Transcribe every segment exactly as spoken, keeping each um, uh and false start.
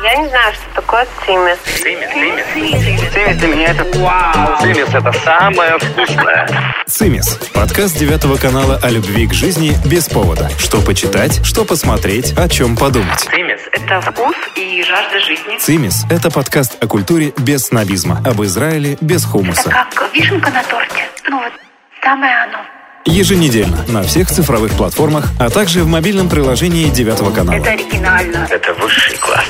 Я не знаю, что такое цимис. Цимис, цимис. Цимис для меня это вау. Цимис это самое вкусное. Цимис. Подкаст девятого канала о любви к жизни без повода. Что почитать, что посмотреть, о чем подумать. Цимис Это вкус и жажда жизни. Цимис – это подкаст о культуре без снобизма, об Израиле без хумуса. Это как вишенка на торте. Ну вот, самое оно. Еженедельно на всех цифровых платформах, а также в мобильном приложении девятого канала. Это оригинально. это высший класс.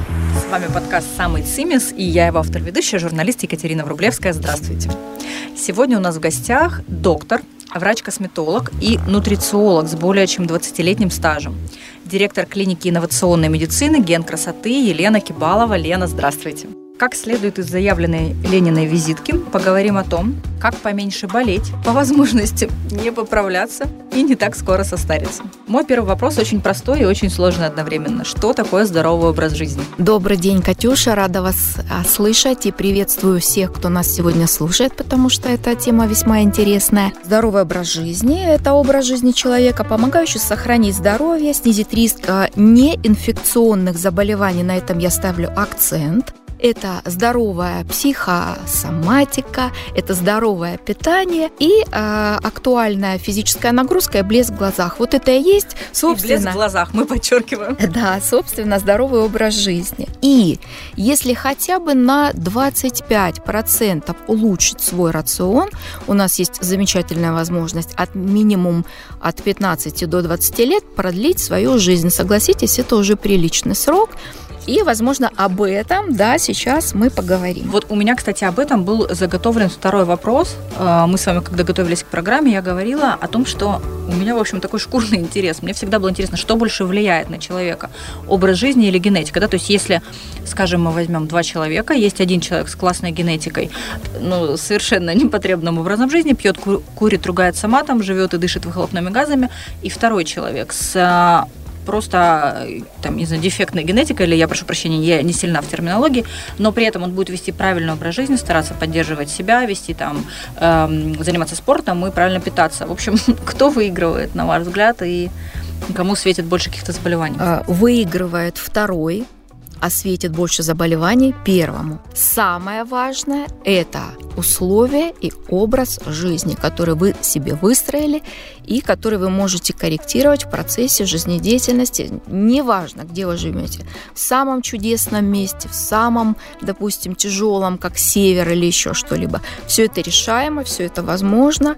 С вами подкаст «Самый Цимис», и я его автор-ведущая, журналист Екатерина Врублевская. Здравствуйте. Сегодня у нас в гостях доктор, врач-косметолог и нутрициолог с более чем двадцатилетним стажем. Директор клиники инновационной медицины «Ген красоты» Елена Кибалова. Лена, здравствуйте. Как следует из заявленной Лениной визитки, поговорим о том, как поменьше болеть, по возможности не поправляться и не так скоро состариться. Мой первый вопрос очень простой и очень сложный одновременно. Что такое здоровый образ жизни? Добрый день, Катюша. Рада вас слышать и приветствую всех, кто нас сегодня слушает, потому что эта тема весьма интересная. Здоровый образ жизни – это образ жизни человека, помогающий сохранить здоровье, снизить риск неинфекционных заболеваний. На этом я ставлю акцент. Это здоровая психосоматика, это здоровое питание и э, актуальная физическая нагрузка и блеск в глазах. Вот это и есть, собственно... И блеск в глазах, мы подчеркиваем. Да, собственно, здоровый образ жизни. И если хотя бы на двадцать пять процентов улучшить свой рацион, у нас есть замечательная возможность от минимум от пятнадцати до двадцати лет продлить свою жизнь. Согласитесь, это уже приличный срок. И, возможно, об этом, да, сейчас мы поговорим. Вот у меня, кстати, об этом был заготовлен второй вопрос. Мы с вами, когда готовились к программе, я говорила о том, что у меня, в общем, такой шкурный интерес. Мне всегда было интересно, что больше влияет на человека, образ жизни или генетика. Да? То есть, если, скажем, мы возьмем два человека, есть один человек с классной генетикой, ну, совершенно непотребным образом жизни, пьет, курит, ругается матом, живет и дышит выхлопными газами, и второй человек с... просто, там, не знаю, дефектная генетика, или, я прошу прощения, я не сильна в терминологии, но при этом он будет вести правильный образ жизни, стараться поддерживать себя, вести там, эм, заниматься спортом и правильно питаться. В общем, кто выигрывает, на ваш взгляд, и кому светит больше каких-то заболеваний? Выигрывает второй, а светит больше заболеваний первому. Самое важное – это условия и образ жизни, который вы себе выстроили и который вы можете корректировать в процессе жизнедеятельности. Неважно, где вы живете. В самом чудесном месте, в самом, допустим, тяжелом, как север или еще что-либо. Все это решаемо, все это возможно,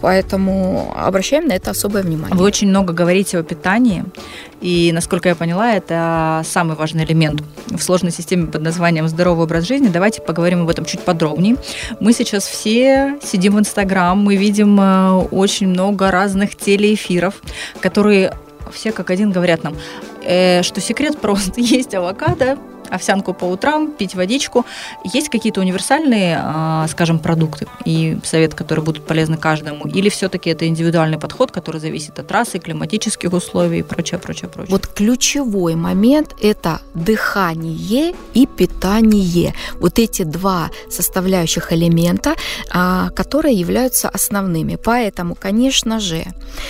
поэтому обращаем на это особое внимание. Вы очень много говорите о питании, и, насколько я поняла, это самый важный элемент в сложной системе под названием «Здоровый образ жизни». Давайте поговорим об этом чуть подробнее. Мы сейчас все сидим в Инстаграм, мы видим очень много разных телеэфиров, которые все как один говорят нам, э, что секрет прост. Есть авокадо, овсянку по утрам, пить водичку. Есть какие-то универсальные, скажем, продукты и советы, которые будут полезны каждому? Или все-таки это индивидуальный подход, который зависит от расы, климатических условий и прочее, прочее, прочее? Вот ключевой момент – это дыхание и питание. Вот эти два составляющих элемента, которые являются основными. Поэтому, конечно же,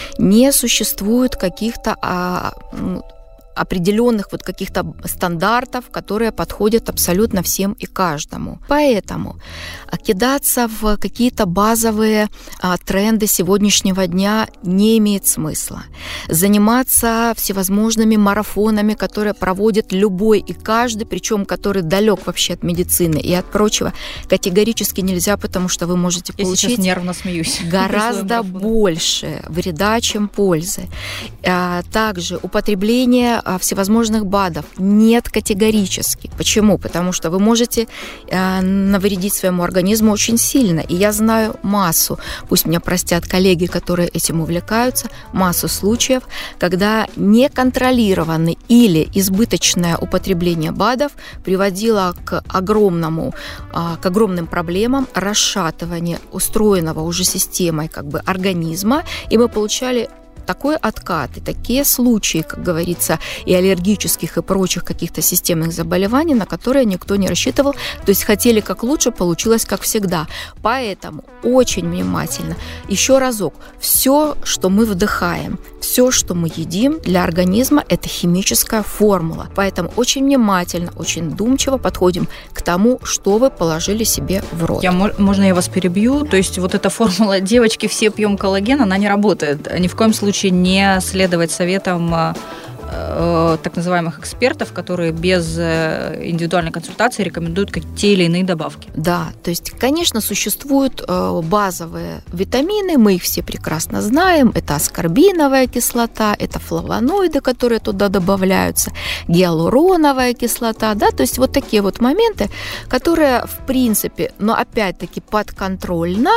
не существует каких-то определенных вот каких-то стандартов, которые подходят абсолютно всем и каждому. Поэтому кидаться в какие-то базовые а, тренды сегодняшнего дня не имеет смысла. Заниматься всевозможными марафонами, которые проводит любой и каждый, причем который далек вообще от медицины и от прочего, категорически нельзя, потому что вы можете Я получить сейчас нервно смеюсь. гораздо больше вреда, чем пользы. А, также употребление всевозможных БАДов нет категорически. Почему? Потому что вы можете э, навредить своему организму очень сильно. И я знаю массу, пусть меня простят коллеги, которые этим увлекаются, массу случаев, когда неконтролированное или избыточное употребление БАДов приводило к огромному, э, к огромным проблемам расшатывания устроенного уже системой как бы организма, и мы получали такой откат и такие случаи, как говорится, и аллергических, и прочих каких-то системных заболеваний, на которые никто не рассчитывал. То есть хотели как лучше, получилось как всегда. Поэтому очень внимательно. Еще разок. Все, что мы вдыхаем, все, что мы едим, для организма это химическая формула. Поэтому очень внимательно, очень вдумчиво подходим к тому, что вы положили себе в рот. Я, можно я вас перебью? То есть вот эта формула «девочки, все пьем коллаген», она не работает. Ни в коем случае не следовать советам так называемых экспертов, которые без индивидуальной консультации рекомендуют как те или иные добавки. Да, то есть, конечно, существуют базовые витамины, мы их все прекрасно знаем, это аскорбиновая кислота, это флавоноиды, которые туда добавляются, гиалуроновая кислота, да, то есть вот такие вот моменты, которые, в принципе, но опять-таки подконтрольно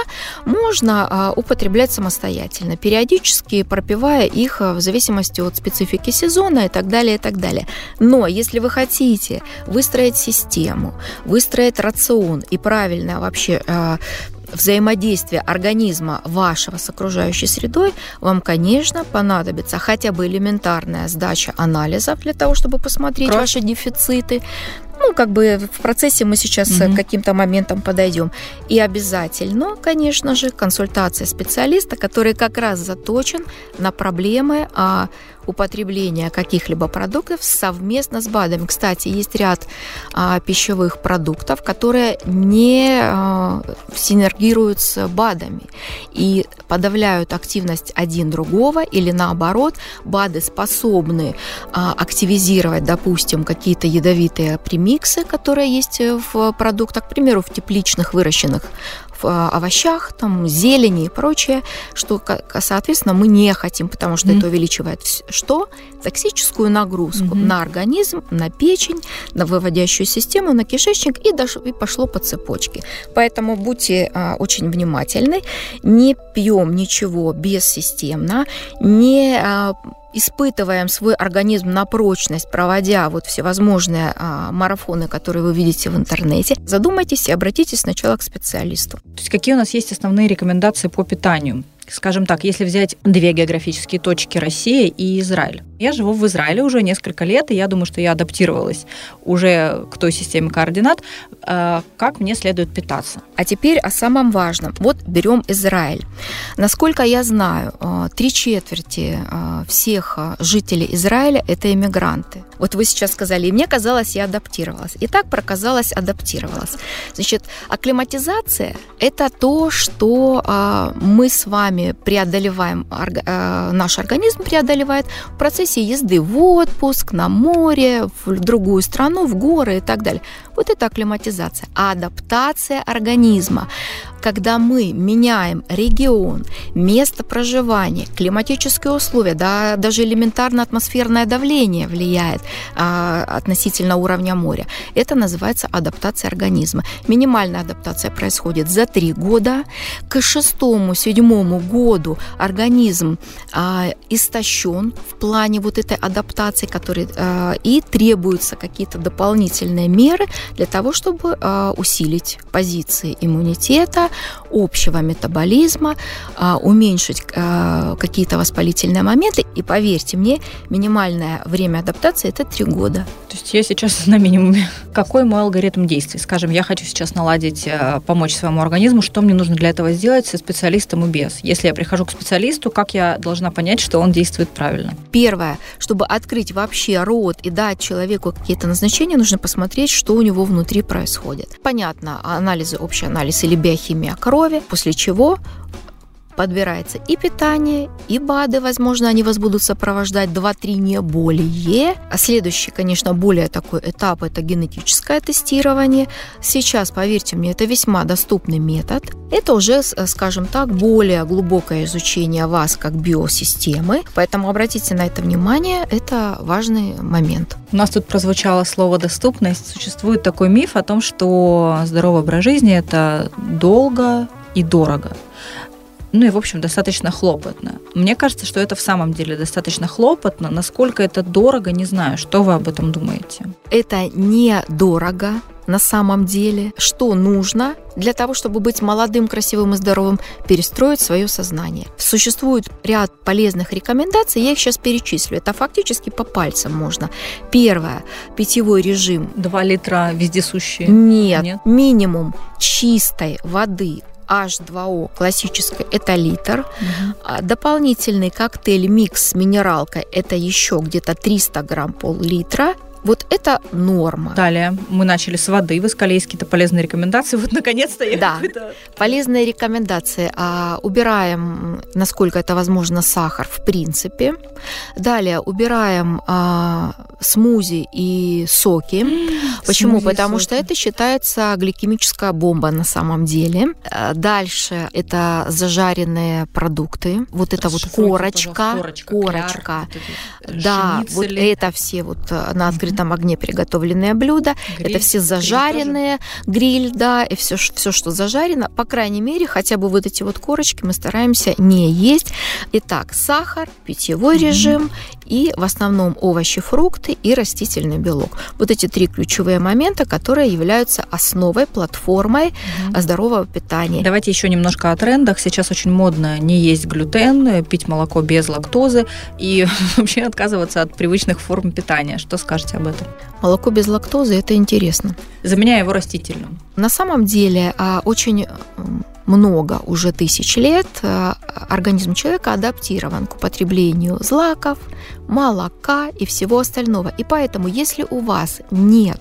можно употреблять самостоятельно, периодически пропивая их в зависимости от специфики сезона, и так далее, и так далее. Но если вы хотите выстроить систему, выстроить рацион и правильное вообще э, взаимодействие организма вашего с окружающей средой, вам, конечно, понадобится хотя бы элементарная сдача анализов для того, чтобы посмотреть Кровь. ваши дефициты. Ну, как бы в процессе мы сейчас mm-hmm. к каким-то моментам подойдем. И обязательно, конечно же, консультация специалиста, который как раз заточен на проблемы а, употребления каких-либо продуктов совместно с БАДами. Кстати, есть ряд а, пищевых продуктов, которые не а, синергируют с БАДами и подавляют активность один другого, или наоборот, БАДы способны а, активизировать, допустим, какие-то ядовитые премиксы, которые есть в продуктах, к примеру, в тепличных выращенных в овощах, там, зелени и прочее, что, соответственно, мы не хотим, потому что mm-hmm. это увеличивает что? Токсическую нагрузку mm-hmm. на организм, на печень, на выводящую систему, на кишечник, и, даже, и пошло по цепочке. Поэтому будьте а, очень внимательны, не пьем ничего бессистемно, не а, испытываем свой организм на прочность, проводя вот всевозможные а, марафоны, которые вы видите в интернете. Задумайтесь и обратитесь сначала к специалисту. То есть какие у нас есть основные рекомендации по питанию? Скажем так, если взять две географические точки, Россия и Израиль. Я живу в Израиле уже несколько лет, и я думаю, что я адаптировалась уже к той системе координат, как мне следует питаться. А теперь о самом важном. Вот берем Израиль. Насколько я знаю, три четверти всех жителей Израиля – это иммигранты. Вот вы сейчас сказали, и мне казалось, я адаптировалась. И так проказалось, адаптировалась. Значит, акклиматизация – это то, что мы с вами преодолеваем, наш организм преодолевает в процессе езды в отпуск, на море, в другую страну, в горы и так далее. Вот это акклиматизация. А адаптация организма, когда мы меняем регион, место проживания, климатические условия, да, даже элементарно атмосферное давление влияет а, относительно уровня моря. Это называется адаптация организма. Минимальная адаптация происходит за три года. К шестому-седьмому году организм а, истощен в плане вот этой адаптации, который, а, и требуются какие-то дополнительные меры для того, чтобы а, усилить позиции иммунитета, общего метаболизма, а, уменьшить а, какие-то воспалительные моменты. И поверьте мне, минимальное время адаптации – это три года. То есть я сейчас на минимуме. Какой мой алгоритм действий? Скажем, я хочу сейчас наладить, помочь своему организму. Что мне нужно для этого сделать со специалистом и без? Если я прихожу к специалисту, как я должна понять, что он действует правильно? Первое, чтобы открыть вообще рот и дать человеку какие-то назначения, нужно посмотреть, что у него внутри происходит. Понятно, анализы, общий анализ или биохимия крови, после чего подбирается и питание, и БАДы, возможно, они вас будут сопровождать два-три, не более. А следующий, конечно, более такой этап – это генетическое тестирование. Сейчас, поверьте мне, это весьма доступный метод. Это уже, скажем так, более глубокое изучение вас как биосистемы, поэтому обратите на это внимание, это важный момент. У нас тут прозвучало слово «доступность». Существует такой миф о том, что здоровый образ жизни – это долго и дорого. Ну и, в общем, достаточно хлопотно. Мне кажется, что это в самом деле достаточно хлопотно. Насколько это дорого, не знаю. Что вы об этом думаете? Это недорого, на самом деле, что нужно для того, чтобы быть молодым, красивым и здоровым, перестроить свое сознание. Существует ряд полезных рекомендаций, я их сейчас перечислю. Это фактически по пальцам можно. Первое. Питьевой режим. Два литра вездесущие? Нет. Нет? Минимум чистой воды эйч два о классической – это литр. Угу. Дополнительный коктейль микс с минералкой – это еще где-то триста грамм, пол-литра. Вот это норма. Далее мы начали с воды. Вы сказали, есть какие-то полезные рекомендации. Вот наконец-то я Да, полезные рекомендации. А, убираем, насколько это возможно, сахар в принципе. Далее убираем а, смузи и соки. Почему? Смузи, Потому соки. что это считается гликемическая бомба на самом деле. Дальше это зажаренные продукты. Вот это вот корочка. Корочка. корочка. Кляр, да, шницели. вот это все вот на открытом там огне приготовленные блюда, Гриль, это все зажаренные, гриль, да, и все, все, что зажарено, по крайней мере, хотя бы вот эти вот корочки мы стараемся не есть. Итак, сахар, питьевой mm-hmm. режим и в основном овощи, фрукты и растительный белок. Вот эти три ключевые момента, которые являются основой, платформой mm-hmm. здорового питания. Давайте еще немножко о трендах. Сейчас очень модно не есть глютен, пить молоко без лактозы и вообще отказываться от привычных форм питания. Что скажете об этом? Молоко без лактозы – это интересно. Заменяя его растительным. На самом деле очень много уже тысяч лет организм человека адаптирован к употреблению злаков, молока и всего остального. И поэтому, если у вас нет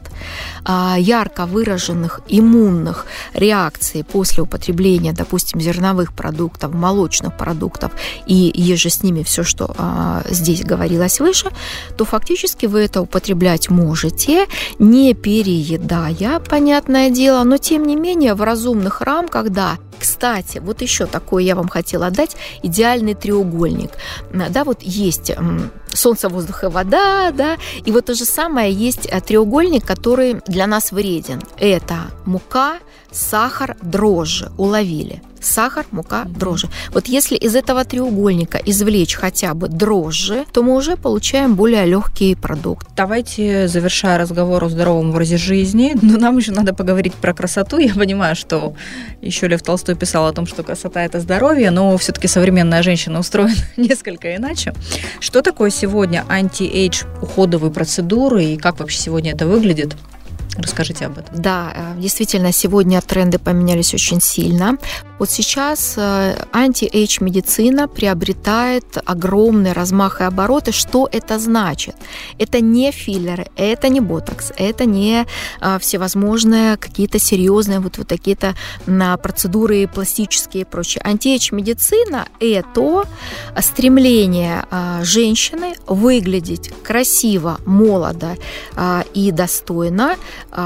ярко выраженных иммунных реакций после употребления, допустим, зерновых продуктов, молочных продуктов и еже с ними все, что здесь говорилось выше, то фактически вы это употреблять можете, не переедая, понятное дело, но тем не менее в разумных рамках, да. Кстати, вот еще такой я вам хотела дать идеальный треугольник. Да, вот есть солнце, воздух и вода, да, и вот то же самое есть треугольник, который для нас вреден. Это мука, сахар, дрожжи. Уловили? Сахар, мука, дрожжи. Вот если из этого треугольника извлечь хотя бы дрожжи, то мы уже получаем более легкий продукт. Давайте, завершая разговор о здоровом образе жизни, но нам еще надо поговорить про красоту. Я понимаю, что еще Лев Толстой писал о том, что красота – это здоровье, но все-таки современная женщина устроена несколько иначе. Что такое сегодня анти-эйдж уходовые процедуры и как вообще сегодня это выглядит? Расскажите об этом. Да, действительно, сегодня тренды поменялись очень сильно. Вот сейчас анти-эйдж-медицина приобретает огромный размах и обороты. Что это значит? Это не филлеры, это не ботокс, это не всевозможные какие-то серьезные вот, вот такие-то процедуры пластические и прочее. Анти-эйдж-медицина – это стремление женщины выглядеть красиво, молодо и достойно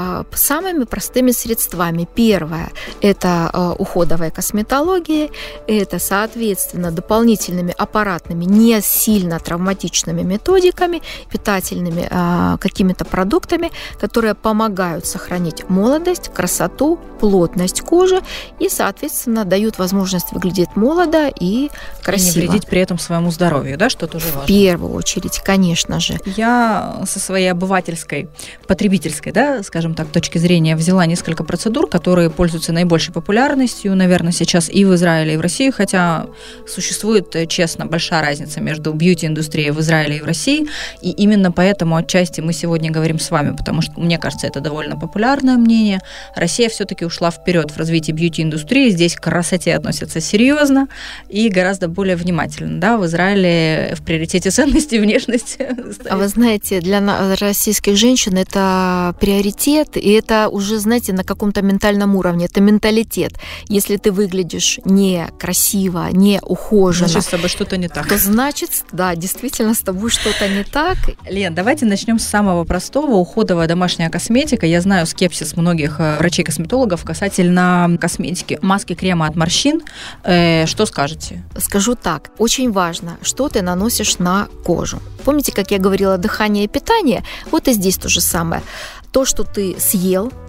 самыми простыми средствами. Первое – это уходовая косметология, это, соответственно, дополнительными аппаратными, не сильно травматичными методиками, питательными какими-то продуктами, которые помогают сохранить молодость, красоту, плотность кожи и, соответственно, дают возможность выглядеть молодо и красиво. И не вредить при этом своему здоровью, да, что тоже важно? В первую очередь, конечно же. Я со своей обывательской, потребительской, да, скажем так, точки зрения взяла несколько процедур, которые пользуются наибольшей популярностью, наверное, сейчас и в Израиле, и в России, хотя существует, честно, большая разница между бьюти-индустрией в Израиле и в России, и именно поэтому отчасти мы сегодня говорим с вами, потому что, мне кажется, это довольно популярное мнение. Россия все-таки ушла вперед в развитии бьюти-индустрии, здесь к красоте относятся серьезно и гораздо более внимательно, да, в Израиле в приоритете ценности внешность. А вы знаете, для российских женщин это приоритет, и это уже, знаете, на каком-то ментальном уровне, это менталитет. Если ты выглядишь некрасиво, не ухоженно, значит, с тобой что-то не так. То значит, да, действительно, с тобой что-то не так. Лен, давайте начнем с самого простого. Уходовая домашняя косметика. Я знаю скепсис многих врачей-косметологов касательно косметики. Маски, крема от морщин. Э, что скажете? Скажу так. Очень важно, что ты наносишь на кожу. Помните, как я говорила, дыхание и питание? Вот и здесь то же самое. То, что ты съел,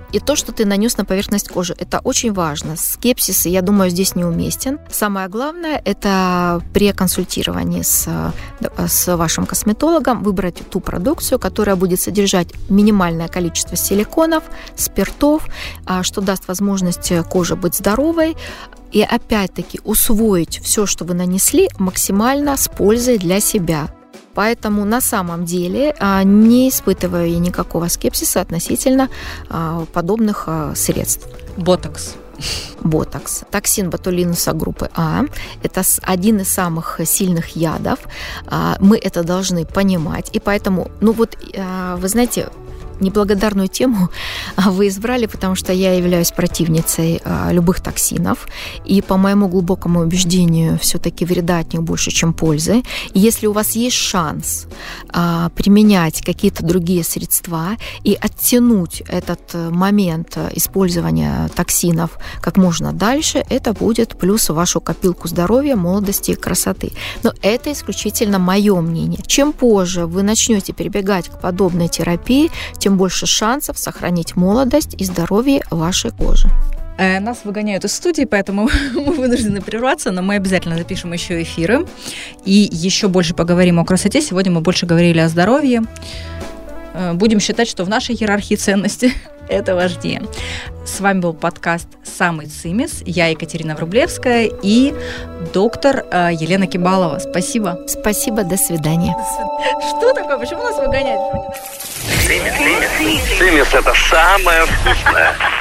и то, что ты нанес на поверхность кожи. Это очень важно. Скепсис, я думаю, здесь неуместен. Самое главное, это при консультировании с, с вашим косметологом выбрать ту продукцию, которая будет содержать минимальное количество силиконов, спиртов, что даст возможность коже быть здоровой, и опять-таки усвоить все, что вы нанесли, максимально с пользой для себя. Поэтому на самом деле не испытываю я никакого скепсиса относительно подобных средств. Ботокс. Ботокс. Токсин ботулинуса группы А. Это один из самых сильных ядов. Мы это должны понимать. И поэтому, ну вот, вы знаете, неблагодарную тему вы избрали, потому что я являюсь противницей любых токсинов, и по моему глубокому убеждению все-таки вреда от них больше, чем пользы. И если у вас есть шанс применять какие-то другие средства и оттянуть этот момент использования токсинов как можно дальше, это будет плюс в вашу копилку здоровья, молодости и красоты. Но это исключительно мое мнение. Чем позже вы начнете перебегать к подобной терапии, тем больше шансов сохранить молодость и здоровье вашей кожи. Нас выгоняют из студии, поэтому мы вынуждены прерваться, но мы обязательно запишем еще эфиры и еще больше поговорим о красоте. Сегодня мы больше говорили о здоровье. Будем считать, что в нашей иерархии ценностей это важнее. С вами был подкаст «Самый цимис». Я Екатерина Врублевская и доктор Елена Кибалова. Спасибо. Спасибо, до свидания. Что такое? Почему нас выгоняют? Цимис, цимис, цимис – это самое вкусное.